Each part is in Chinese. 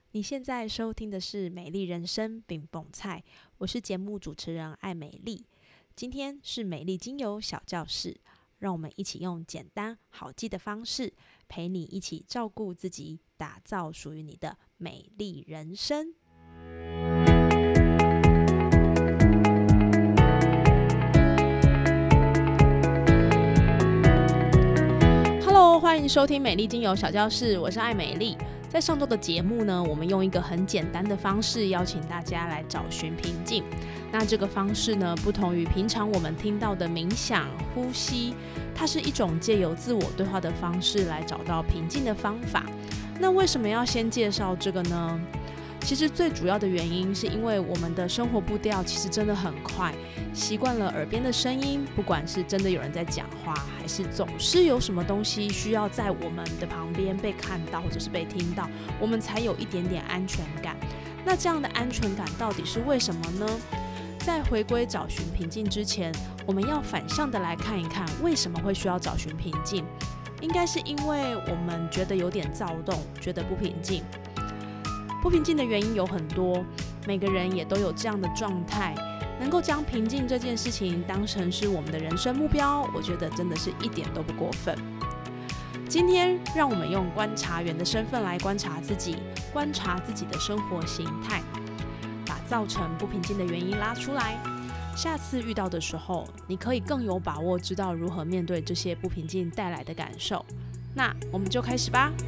你现在收听的是美丽人生饼蹦菜，我是节目主持人艾美丽。今天是美丽精油小教室，让我们一起用简单好记的方式，陪你一起照顾自己，打造属于你的美丽人生。Hello， 欢迎收听美丽精油小教室，我是艾美丽。在上周的节目呢，我们用一个很简单的方式邀请大家来找寻平静。那这个方式呢，不同于平常我们听到的冥想、呼吸，它是一种借由自我对话的方式来找到平静的方法。那为什么要先介绍这个呢？其实最主要的原因是因为我们的生活步调其实真的很快，习惯了耳边的声音，不管是真的有人在讲话，还是总是有什么东西需要在我们的旁边被看到或者是被听到，我们才有一点点安全感。那这样的安全感到底是为什么呢？在回归找寻平静之前，我们要反向的来看一看，为什么会需要找寻平静？应该是因为我们觉得有点躁动，觉得不平静。不平静的原因有很多，每个人也都有这样的状态。能够将平静这件事情当成是我们的人生目标，我觉得真的是一点都不过分。今天让我们用观察员的身份来观察自己，观察自己的生活形态，把造成不平静的原因拉出来。下次遇到的时候，你可以更有把握知道如何面对这些不平静带来的感受。那我们就开始吧。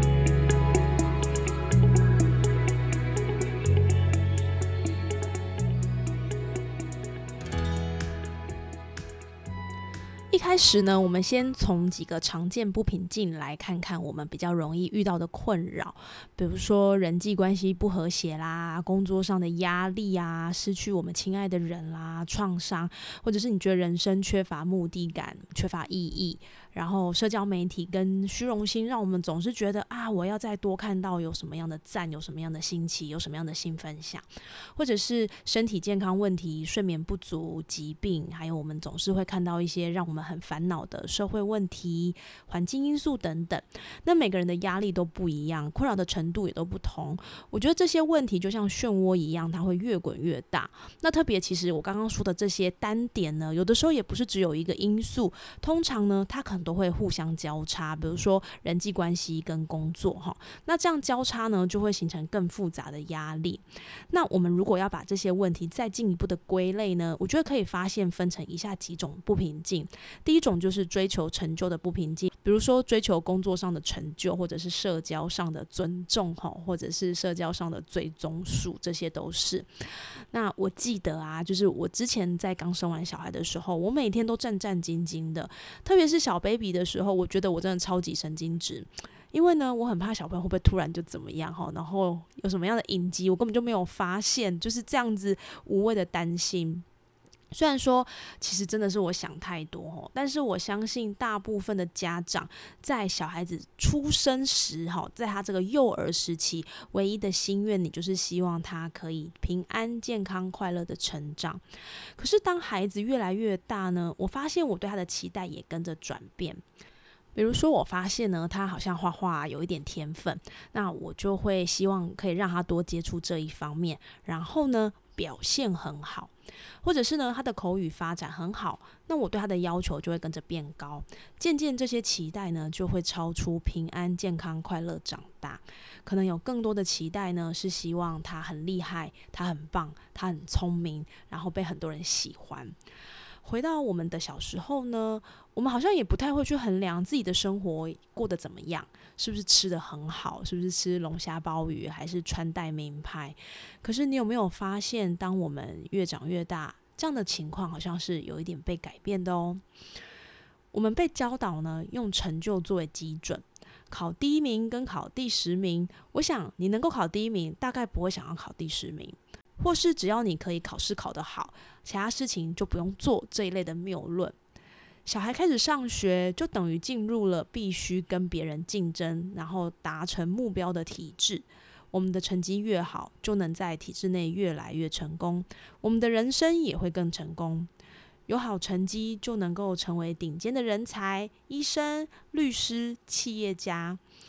一开始呢，我们先从几个常见不平静来看看我们比较容易遇到的困扰，比如说人际关系不和谐啦，工作上的压力啊，失去我们亲爱的人啦，创伤，或者是你觉得人生缺乏目的感，缺乏意义，然后社交媒体跟虚荣心让我们总是觉得我要再多看到有什么样的赞，有什么样的新奇，有什么样的新分享，或者是身体健康问题，睡眠不足，疾病，还有我们总是会看到一些让我们很烦恼的社会问题、环境因素等等。那每个人的压力都不一样，困扰的程度也都不同。我觉得这些问题就像漩涡一样，它会越滚越大。那特别其实我刚刚说的这些单点呢，有的时候也不是只有一个因素，通常呢它可能都会互相交叉，比如说人际关系跟工作那这样交叉呢就会形成更复杂的压力。那我们如果要把这些问题再进一步的归类呢，我觉得可以发现分成以下几种不平静。第一种就是追求成就的不平静，比如说追求工作上的成就，或者是社交上的尊重，或者是社交上的最终数，这些都是。那我记得就是我之前在刚生完小孩的时候，我每天都战战兢兢的，特别是小 baby 的时候，我觉得我真的超级神经质。因为呢，我很怕小朋友会不会突然就怎么样然后有什么样的隐疾，我根本就没有发现，就是这样子无谓的担心。虽然说其实真的是我想太多但是我相信大部分的家长在小孩子出生时在他这个幼儿时期，唯一的心愿你就是希望他可以平安健康快乐的成长。可是当孩子越来越大呢，我发现我对他的期待也跟着转变。比如说我发现呢，他好像画画有一点天分，那我就会希望可以让他多接触这一方面，然后呢表现很好，或者是呢他的口语发展很好，那我对他的要求就会跟着变高，渐渐这些期待呢就会超出平安健康快乐长大，可能有更多的期待呢是希望他很厉害，他很棒，他很聪明，然后被很多人喜欢。回到我们的小时候呢，我们好像也不太会去衡量自己的生活过得怎么样，是不是吃得很好，是不是吃龙虾鲍鱼，还是穿戴名牌。可是你有没有发现，当我们越长越大，这样的情况好像是有一点被改变的哦。我们被教导呢，用成就作为基准，考第一名跟考第10名，我想你能够考第一名，大概不会想要考第10名。或是只要你可以考试考得好，其他事情就不用做，这一类的谬论。小孩开始上学，就等于进入了必须跟别人竞争，然后达成目标的体制。我们的成绩越好，就能在体制内越来越成功，我们的人生也会更成功。有好成绩就能够成为顶尖的人才，医生、律师、企业家。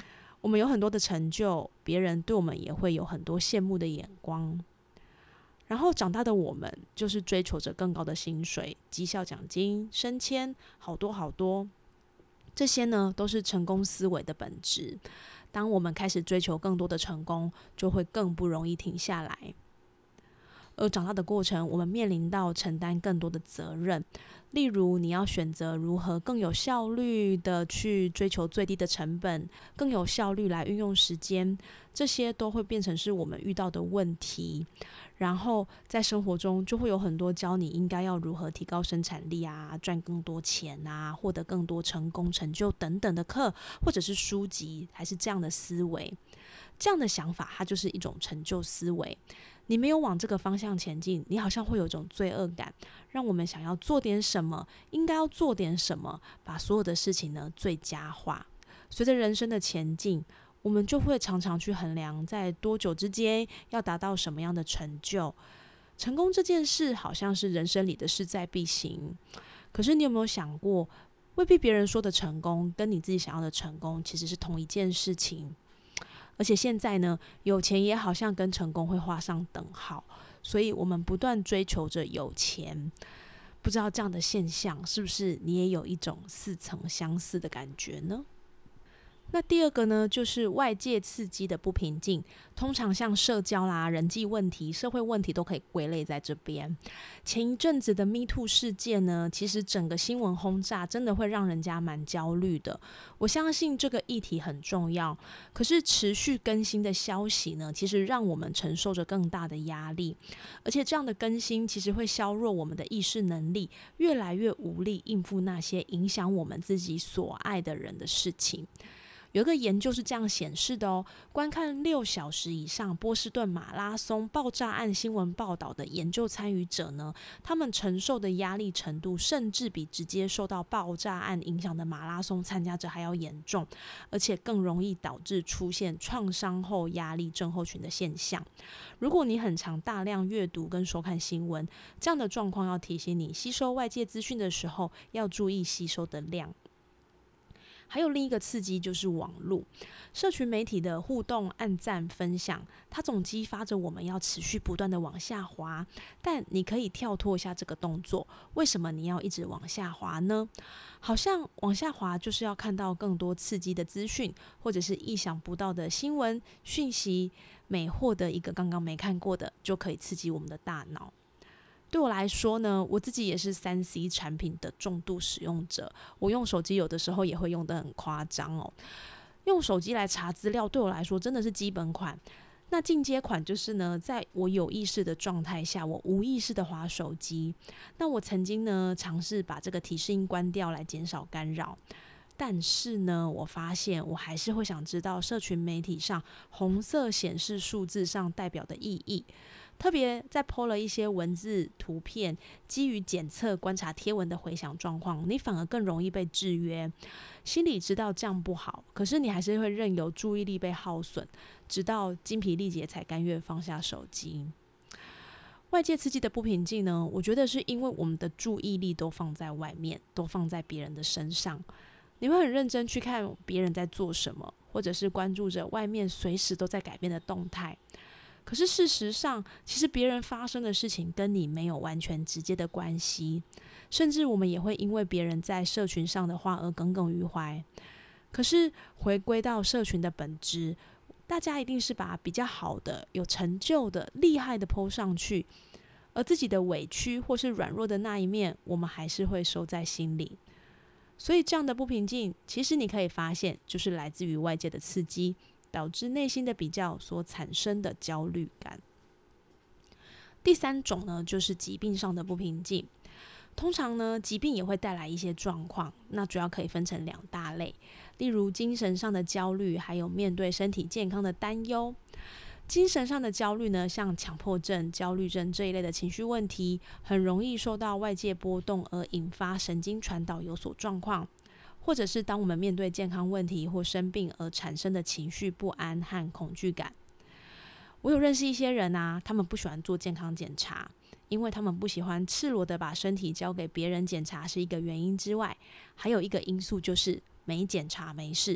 我们有很多的成就，别人对我们也会有很多羡慕的眼光。然后长大的我们就是追求着更高的薪水、绩效奖金、升迁，好多好多。这些呢，都是成功思维的本质。当我们开始追求更多的成功，就会更不容易停下来。而长大的过程，我们面临到承担更多的责任，例如你要选择如何更有效率的去追求最低的成本，更有效率来运用时间，这些都会变成是我们遇到的问题。然后在生活中就会有很多教你应该要如何提高生产力啊，赚更多钱啊，获得更多成功成就等等的课，或者是书籍，还是这样的思维。这样的想法它就是一种成就思维。你没有往这个方向前进，你好像会有一种罪恶感，让我们想要做点什么，应该要做点什么，把所有的事情呢最佳化。随着人生的前进，我们就会常常去衡量在多久之间要达到什么样的成就。成功这件事好像是人生里的势在必行，可是你有没有想过，未必别人说的成功跟你自己想要的成功其实是同一件事情。而且现在呢，有钱也好像跟成功会画上等号，所以我们不断追求着有钱。不知道这样的现象是不是你也有一种似曾相似的感觉呢？那第二个呢，就是外界刺激的不平静，通常像社交啦、人际问题、社会问题都可以归类在这边。前一阵子的 Me Too 事件呢，其实整个新闻轰炸真的会让人家蛮焦虑的。我相信这个议题很重要，可是持续更新的消息呢，其实让我们承受着更大的压力，而且这样的更新其实会削弱我们的意识能力，越来越无力应付那些影响我们自己所爱的人的事情。有一个研究是这样显示的哦，观看6小时以上波士顿马拉松爆炸案新闻报道的研究参与者呢，他们承受的压力程度甚至比直接受到爆炸案影响的马拉松参加者还要严重，而且更容易导致出现创伤后压力症候群的现象。如果你很常大量阅读跟收看新闻，这样的状况要提醒你，吸收外界资讯的时候要注意吸收的量。还有另一个刺激就是网络，社群媒体的互动、按赞、分享，它总激发着我们要持续不断的往下滑。但你可以跳脱一下这个动作，为什么你要一直往下滑呢？好像往下滑就是要看到更多刺激的资讯，或者是意想不到的新闻讯息，每获得一个刚刚没看过的，就可以刺激我们的大脑。对我来说呢，我自己也是3C 产品的重度使用者，我用手机有的时候也会用得很夸张哦。用手机来查资料对我来说真的是基本款，那进阶款就是呢，在我有意识的状态下，我无意识的滑手机。那我曾经呢尝试把这个提示音关掉来减少干扰，但是呢，我发现我还是会想知道社群媒体上红色显示数字上代表的意义。特别在 po 了一些文字、图片，基于检测观察贴文的回响状况，你反而更容易被制约。心里知道这样不好，可是你还是会任由注意力被耗损，直到精疲力竭才甘愿放下手机。外界刺激的不平静呢，我觉得是因为我们的注意力都放在外面，都放在别人的身上。你会很认真去看别人在做什么，或者是关注着外面随时都在改变的动态。可是事实上，其实别人发生的事情跟你没有完全直接的关系，甚至我们也会因为别人在社群上的话而耿耿于怀。可是回归到社群的本质，大家一定是把比较好的、有成就的、厉害的 po 上去，而自己的委屈或是软弱的那一面，我们还是会收在心里。所以这样的不平静，其实你可以发现，就是来自于外界的刺激，导致内心的比较所产生的焦虑感。第3种呢，就是疾病上的不平静。通常呢，疾病也会带来一些状况，那主要可以分成2大类，例如精神上的焦虑，还有面对身体健康的担忧。精神上的焦虑呢，像强迫症、焦虑症这一类的情绪问题，很容易受到外界波动而引发神经传导有所状况，或者是当我们面对健康问题或生病而产生的情绪不安和恐惧感。我有认识一些人啊，他们不喜欢做健康检查，因为他们不喜欢赤裸的把身体交给别人检查是一个原因之外，还有一个因素就是没检查没事，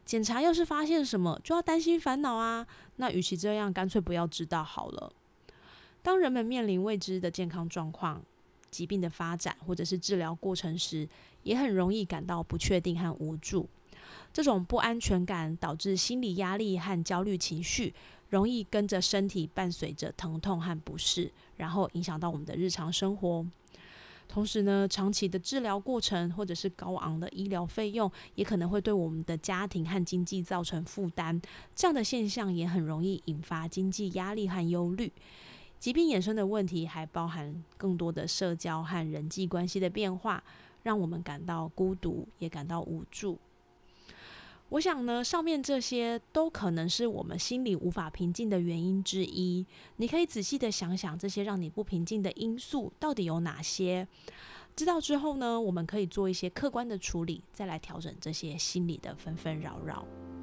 检查要是发现什么，就要担心烦恼啊。那与其这样，干脆不要知道好了。当人们面临未知的健康状况、疾病的发展或者是治疗过程时，也很容易感到不确定和无助。这种不安全感导致心理压力和焦虑情绪，容易跟着身体伴随着疼痛和不适，然后影响到我们的日常生活。同时呢，长期的治疗过程或者是高昂的医疗费用，也可能会对我们的家庭和经济造成负担。这样的现象也很容易引发经济压力和忧虑。疾病衍生的问题还包含更多的社交和人际关系的变化，让我们感到孤独，也感到无助。我想呢，上面这些都可能是我们心里无法平静的原因之一。你可以仔细的想想，这些让你不平静的因素到底有哪些？知道之后呢，我们可以做一些客观的处理，再来调整这些心理的纷纷扰扰。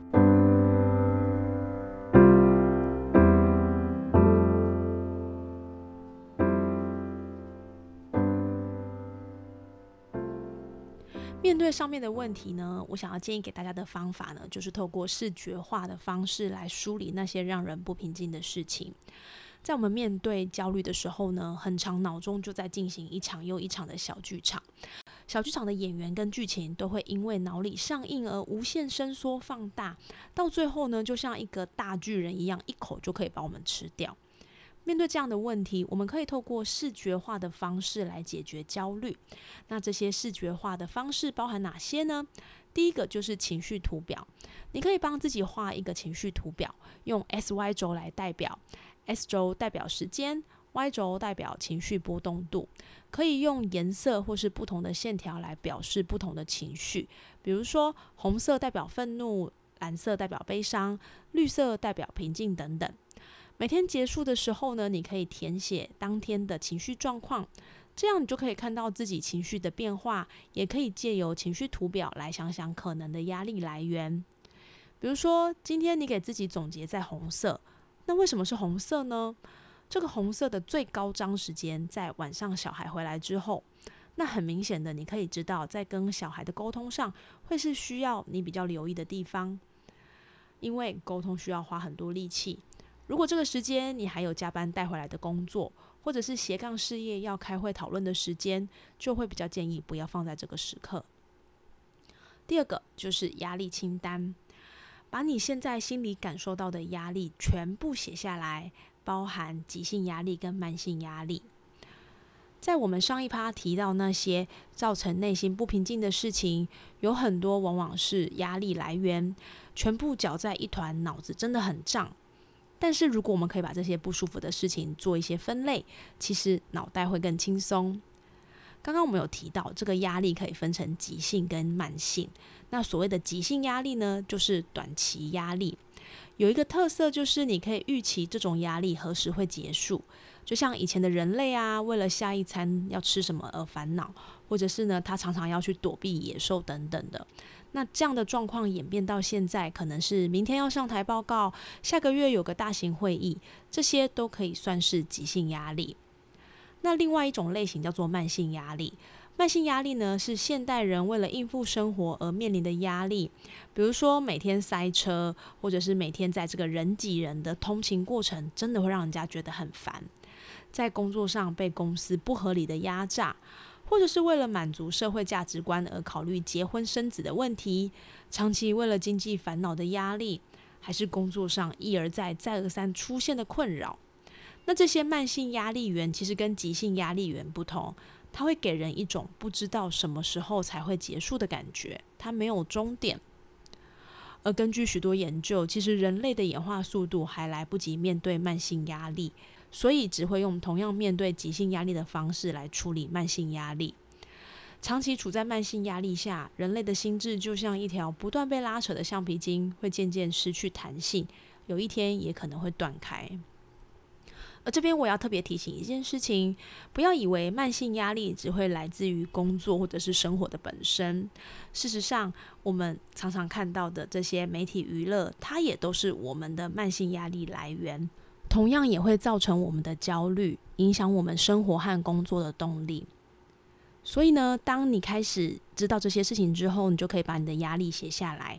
面对上面的问题呢，我想要建议给大家的方法呢，就是透过视觉化的方式来梳理那些让人不平静的事情。在我们面对焦虑的时候呢，很常脑中就在进行一场又一场的小剧场。小剧场的演员跟剧情都会因为脑里上映而无限伸缩放大，到最后呢，就像一个大巨人一样，一口就可以把我们吃掉。面对这样的问题，我们可以透过视觉化的方式来解决焦虑。那这些视觉化的方式包含哪些呢？第一个就是情绪图表，你可以帮自己画一个情绪图表，用 SY 轴来代表， S 轴代表时间， Y 轴代表情绪波动度，可以用颜色或是不同的线条来表示不同的情绪，比如说红色代表愤怒，蓝色代表悲伤，绿色代表平静等等。每天结束的时候呢，你可以填写当天的情绪状况，这样你就可以看到自己情绪的变化，也可以借由情绪图表来想想可能的压力来源。比如说，今天你给自己总结在红色，那为什么是红色呢？这个红色的最高张时间在晚上小孩回来之后，那很明显的你可以知道，在跟小孩的沟通上会是需要你比较留意的地方，因为沟通需要花很多力气。如果这个时间你还有加班带回来的工作，或者是斜杠事业要开会讨论的时间，就会比较建议不要放在这个时刻。第二个就是压力清单，把你现在心里感受到的压力全部写下来，包含急性压力跟慢性压力。在我们上一趴提到那些造成内心不平静的事情，有很多往往是压力来源，全部搅在一团，脑子真的很胀。但是如果我们可以把这些不舒服的事情做一些分类，其实脑袋会更轻松。刚刚我们有提到，这个压力可以分成急性跟慢性。那所谓的急性压力呢，就是短期压力。有一个特色就是你可以预期这种压力何时会结束，就像以前的人类啊，为了下一餐要吃什么而烦恼，或者是呢，他常常要去躲避野兽等等的。那这样的状况演变到现在，可能是明天要上台报告，下个月有个大型会议，这些都可以算是急性压力。那另外一种类型叫做慢性压力。慢性压力呢，是现代人为了应付生活而面临的压力，比如说每天塞车，或者是每天在这个人挤人的通勤过程，真的会让人家觉得很烦。在工作上被公司不合理的压榨，或者是为了满足社会价值观而考虑结婚生子的问题，长期为了经济烦恼的压力，还是工作上一而再再而三出现的困扰。那这些慢性压力源其实跟急性压力源不同，它会给人一种不知道什么时候才会结束的感觉，它没有终点。而根据许多研究，其实人类的演化速度还来不及面对慢性压力，所以只会用同样面对急性压力的方式来处理慢性压力。长期处在慢性压力下，人类的心智就像一条不断被拉扯的橡皮筋，会渐渐失去弹性，有一天也可能会断开。而这边我要特别提醒一件事情，不要以为慢性压力只会来自于工作或者是生活的本身。事实上，我们常常看到的这些媒体娱乐，它也都是我们的慢性压力来源，同样也会造成我们的焦虑，影响我们生活和工作的动力。所以呢，当你开始知道这些事情之后，你就可以把你的压力写下来，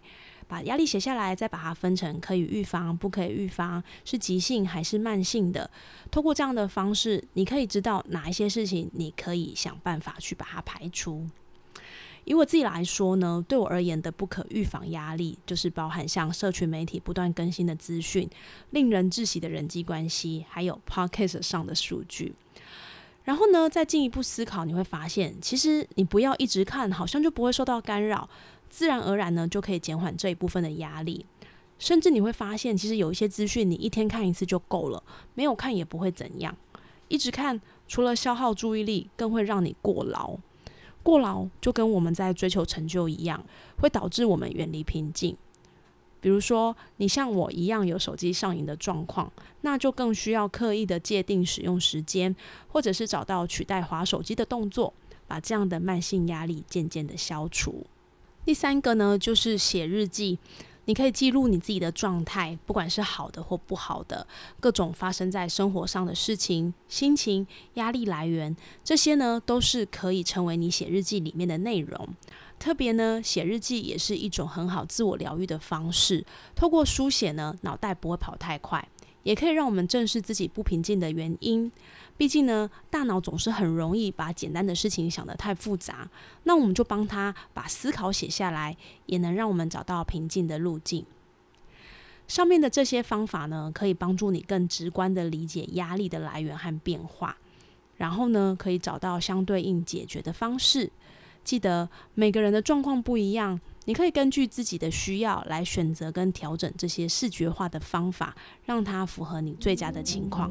把压力写下来，再把它分成可以预防、不可以预防，是急性还是慢性的。透过这样的方式，你可以知道哪一些事情你可以想办法去把它排除。以我自己来说呢，对我而言的不可预防压力，就是包含像社群媒体不断更新的资讯、令人窒息的人际关系，还有 podcast 上的数据。然后呢，再进一步思考，你会发现，其实你不要一直看，好像就不会受到干扰，自然而然呢，就可以减缓这一部分的压力。甚至你会发现，其实有一些资讯，你一天看一次就够了，没有看也不会怎样。一直看，除了消耗注意力，更会让你过劳。过劳就跟我们在追求成就一样，会导致我们远离平静。比如说，你像我一样有手机上瘾的状况，那就更需要刻意的界定使用时间，或者是找到取代滑手机的动作，把这样的慢性压力渐渐的消除。第三个呢，就是写日记。你可以记录你自己的状态，不管是好的或不好的，各种发生在生活上的事情、心情、压力来源，这些呢都是可以成为你写日记里面的内容。特别呢，写日记也是一种很好自我疗愈的方式。透过书写呢，脑袋不会跑太快，也可以让我们正视自己不平静的原因。毕竟呢，大脑总是很容易把简单的事情想得太复杂，那我们就帮他把思考写下来，也能让我们找到平静的路径。上面的这些方法呢，可以帮助你更直观地理解压力的来源和变化，然后呢，可以找到相对应解决的方式。记得每个人的状况不一样，你可以根据自己的需要来选择跟调整这些视觉化的方法，让它符合你最佳的情况。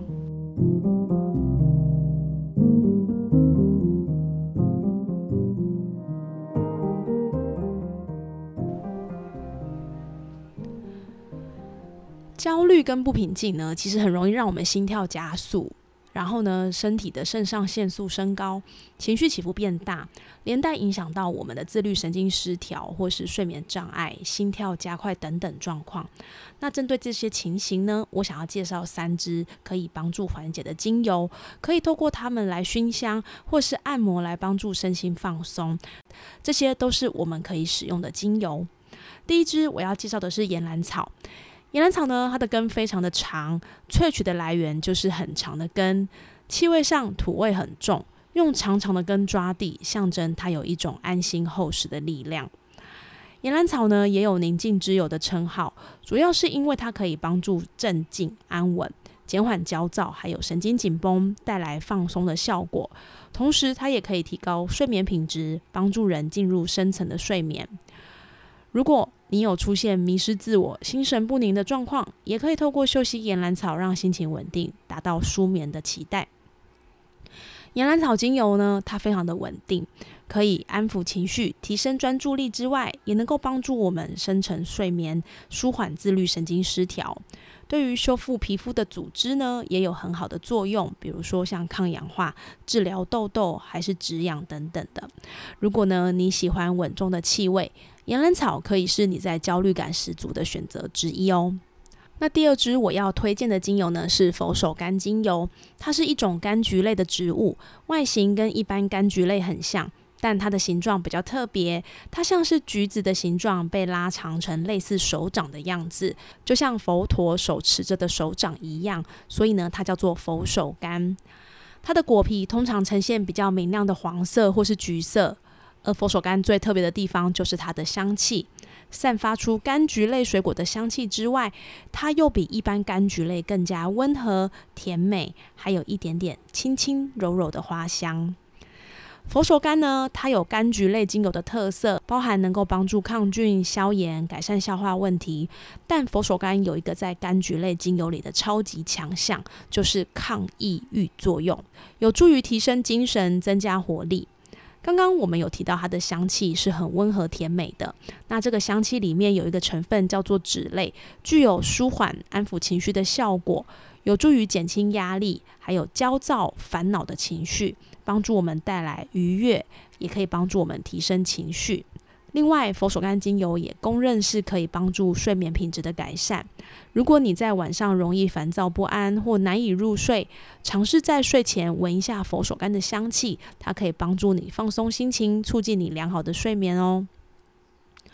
焦虑跟不平静呢，其实很容易让我们心跳加速，然后呢，身体的肾上腺素升高，情绪起伏变大，连带影响到我们的自律神经失调，或是睡眠障碍、心跳加快等等状况。那针对这些情形呢，我想要介绍3支可以帮助缓解的精油，可以透过它们来熏香或是按摩来帮助身心放松，这些都是我们可以使用的精油。第一支我要介绍的是岩兰草。岩兰草呢，它的根非常的长，萃取的来源就是很长的根，气味上土味很重，用长长的根抓地，象征它有一种安心厚实的力量。岩兰草呢，也有宁静之友的称号，主要是因为它可以帮助镇静安稳，减缓焦躁，还有神经紧绷，带来放松的效果。同时它也可以提高睡眠品质，帮助人进入深层的睡眠。如果你有出现迷失自我、心神不宁的状况，也可以透过嗅吸岩兰草让心情稳定，达到舒眠的期待。岩兰草精油呢，它非常的稳定，可以安抚情绪、提升专注力之外，也能够帮助我们深层睡眠，舒缓自律神经失调。对于修复皮肤的组织呢，也有很好的作用，比如说像抗氧化、治疗痘痘，还是止痒等等的。如果呢你喜欢稳重的气味，岩兰草可以是你在焦虑感十足的选择之一哦。那第2支我要推荐的精油呢，是佛手柑精油。它是一种柑橘类的植物，外形跟一般柑橘类很像，但它的形状比较特别，它像是橘子的形状被拉长成类似手掌的样子，就像佛陀手持着的手掌一样，所以呢它叫做佛手柑。它的果皮通常呈现比较明亮的黄色或是橘色，而佛手柑最特别的地方就是它的香气，散发出柑橘类水果的香气之外，它又比一般柑橘类更加温和甜美，还有一点点轻轻柔柔的花香。佛手柑呢，它有柑橘类精油的特色，包含能够帮助抗菌、消炎、改善消化问题。但佛手柑有一个在柑橘类精油里的超级强项，就是抗抑郁作用，有助于提升精神、增加活力。刚刚我们有提到它的香气是很温和甜美的，那这个香气里面有一个成分叫做脂类，具有舒缓安抚情绪的效果，有助于减轻压力，还有焦躁烦恼的情绪，帮助我们带来愉悦，也可以帮助我们提升情绪。另外，佛手柑精油也公认是可以帮助睡眠品质的改善。如果你在晚上容易烦躁不安或难以入睡，尝试在睡前闻一下佛手柑的香气，它可以帮助你放松心情，促进你良好的睡眠哦。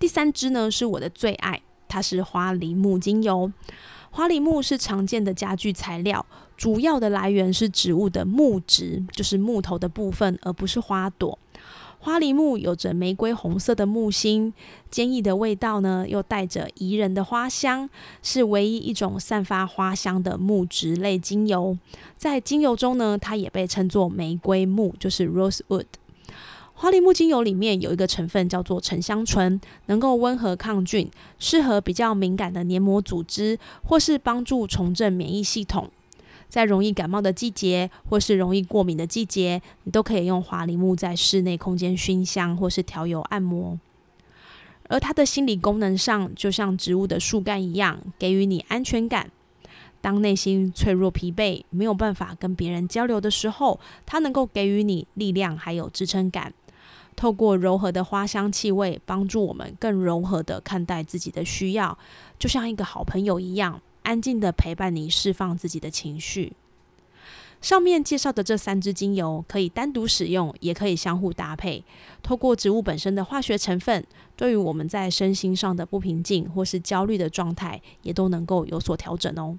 第3支呢是我的最爱，它是花梨木精油。花梨木是常见的家具材料，主要的来源是植物的木质，就是木头的部分，而不是花朵。花梨木有着玫瑰红色的木芯，坚毅的味道呢，又带着宜人的花香，是唯一一种散发花香的木质类精油。在精油中呢，它也被称作玫瑰木，就是 rosewood。花梨木精油里面有一个成分叫做沉香醇，能够温和抗菌，适合比较敏感的黏膜组织，或是帮助重振免疫系统。在容易感冒的季节，或是容易过敏的季节，你都可以用花梨木在室内空间熏香，或是调油按摩。而它的心理功能上，就像植物的树干一样，给予你安全感。当内心脆弱疲惫，没有办法跟别人交流的时候，它能够给予你力量还有支撑感。透过柔和的花香气味，帮助我们更柔和的看待自己的需要，就像一个好朋友一样，安静的陪伴你释放自己的情绪。上面介绍的这3支精油可以单独使用，也可以相互搭配。透过植物本身的化学成分，对于我们在身心上的不平静或是焦虑的状态，也都能够有所调整哦。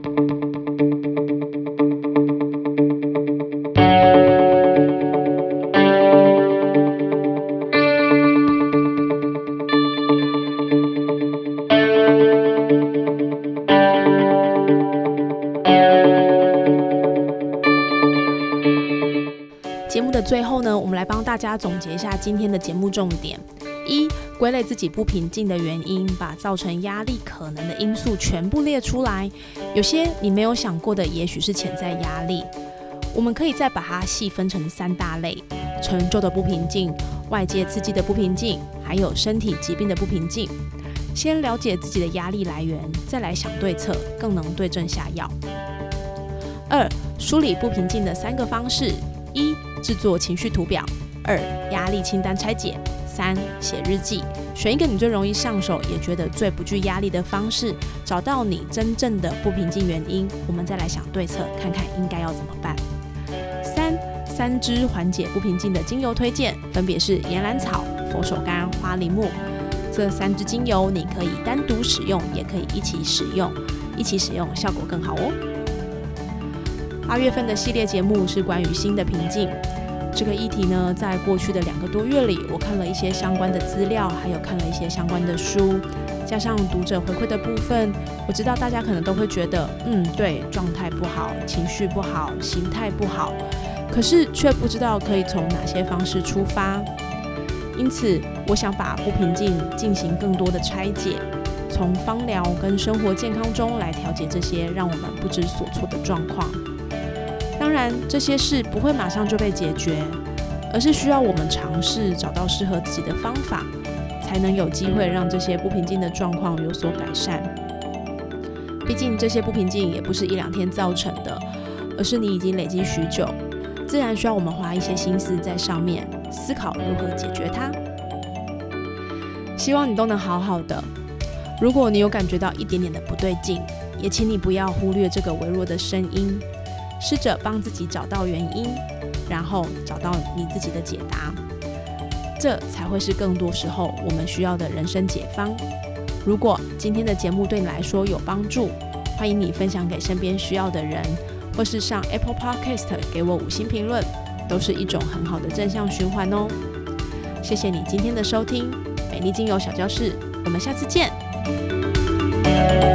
节目的最后呢，我们来帮大家总结一下今天的节目重点。1. 归类自己不平静的原因，把造成压力可能的因素全部列出来。有些你没有想过的，也许是潜在压力。我们可以再把它细分成3大类：成就的不平静、外界刺激的不平静，还有身体疾病的不平静。先了解自己的压力来源，再来想对策，更能对症下药。2. 梳理不平静的3个方式：1. 制作情绪图表； 2. 压力清单拆解； 3. 写日记。选一个你最容易上手，也觉得最不具压力的方式，找到你真正的不平静原因，我们再来想对策，看看应该要怎么办。3支缓解不平静的精油推荐，分别是岩兰草、佛手柑、花梨木。这3支精油你可以单独使用，也可以一起使用，一起使用效果更好哦。8月份的系列节目是关于心的平静。这个议题呢，在过去的2个多月里，我看了一些相关的资料，还有看了一些相关的书，加上读者回馈的部分，我知道大家可能都会觉得，对，状态不好，情绪不好，心态不好，可是却不知道可以从哪些方式出发。因此，我想把不平静进行更多的拆解，从芳疗跟生活健康中来调节这些让我们不知所措的状况。当然，这些事不会马上就被解决，而是需要我们尝试找到适合自己的方法，才能有机会让这些不平静的状况有所改善。毕竟这些不平静也不是1、2天造成的，而是你已经累积许久，自然需要我们花一些心思在上面，思考如何解决它。希望你都能好好的。如果你有感觉到一点点的不对劲，也请你不要忽略这个微弱的声音，试着帮自己找到原因，然后找到你自己的解答，这才会是更多时候我们需要的人生解方。如果今天的节目对你来说有帮助，欢迎你分享给身边需要的人，或是上 Apple Podcast 给我5星评论，都是一种很好的正向循环哦。谢谢你今天的收听，美丽精油小教室，我们下次见。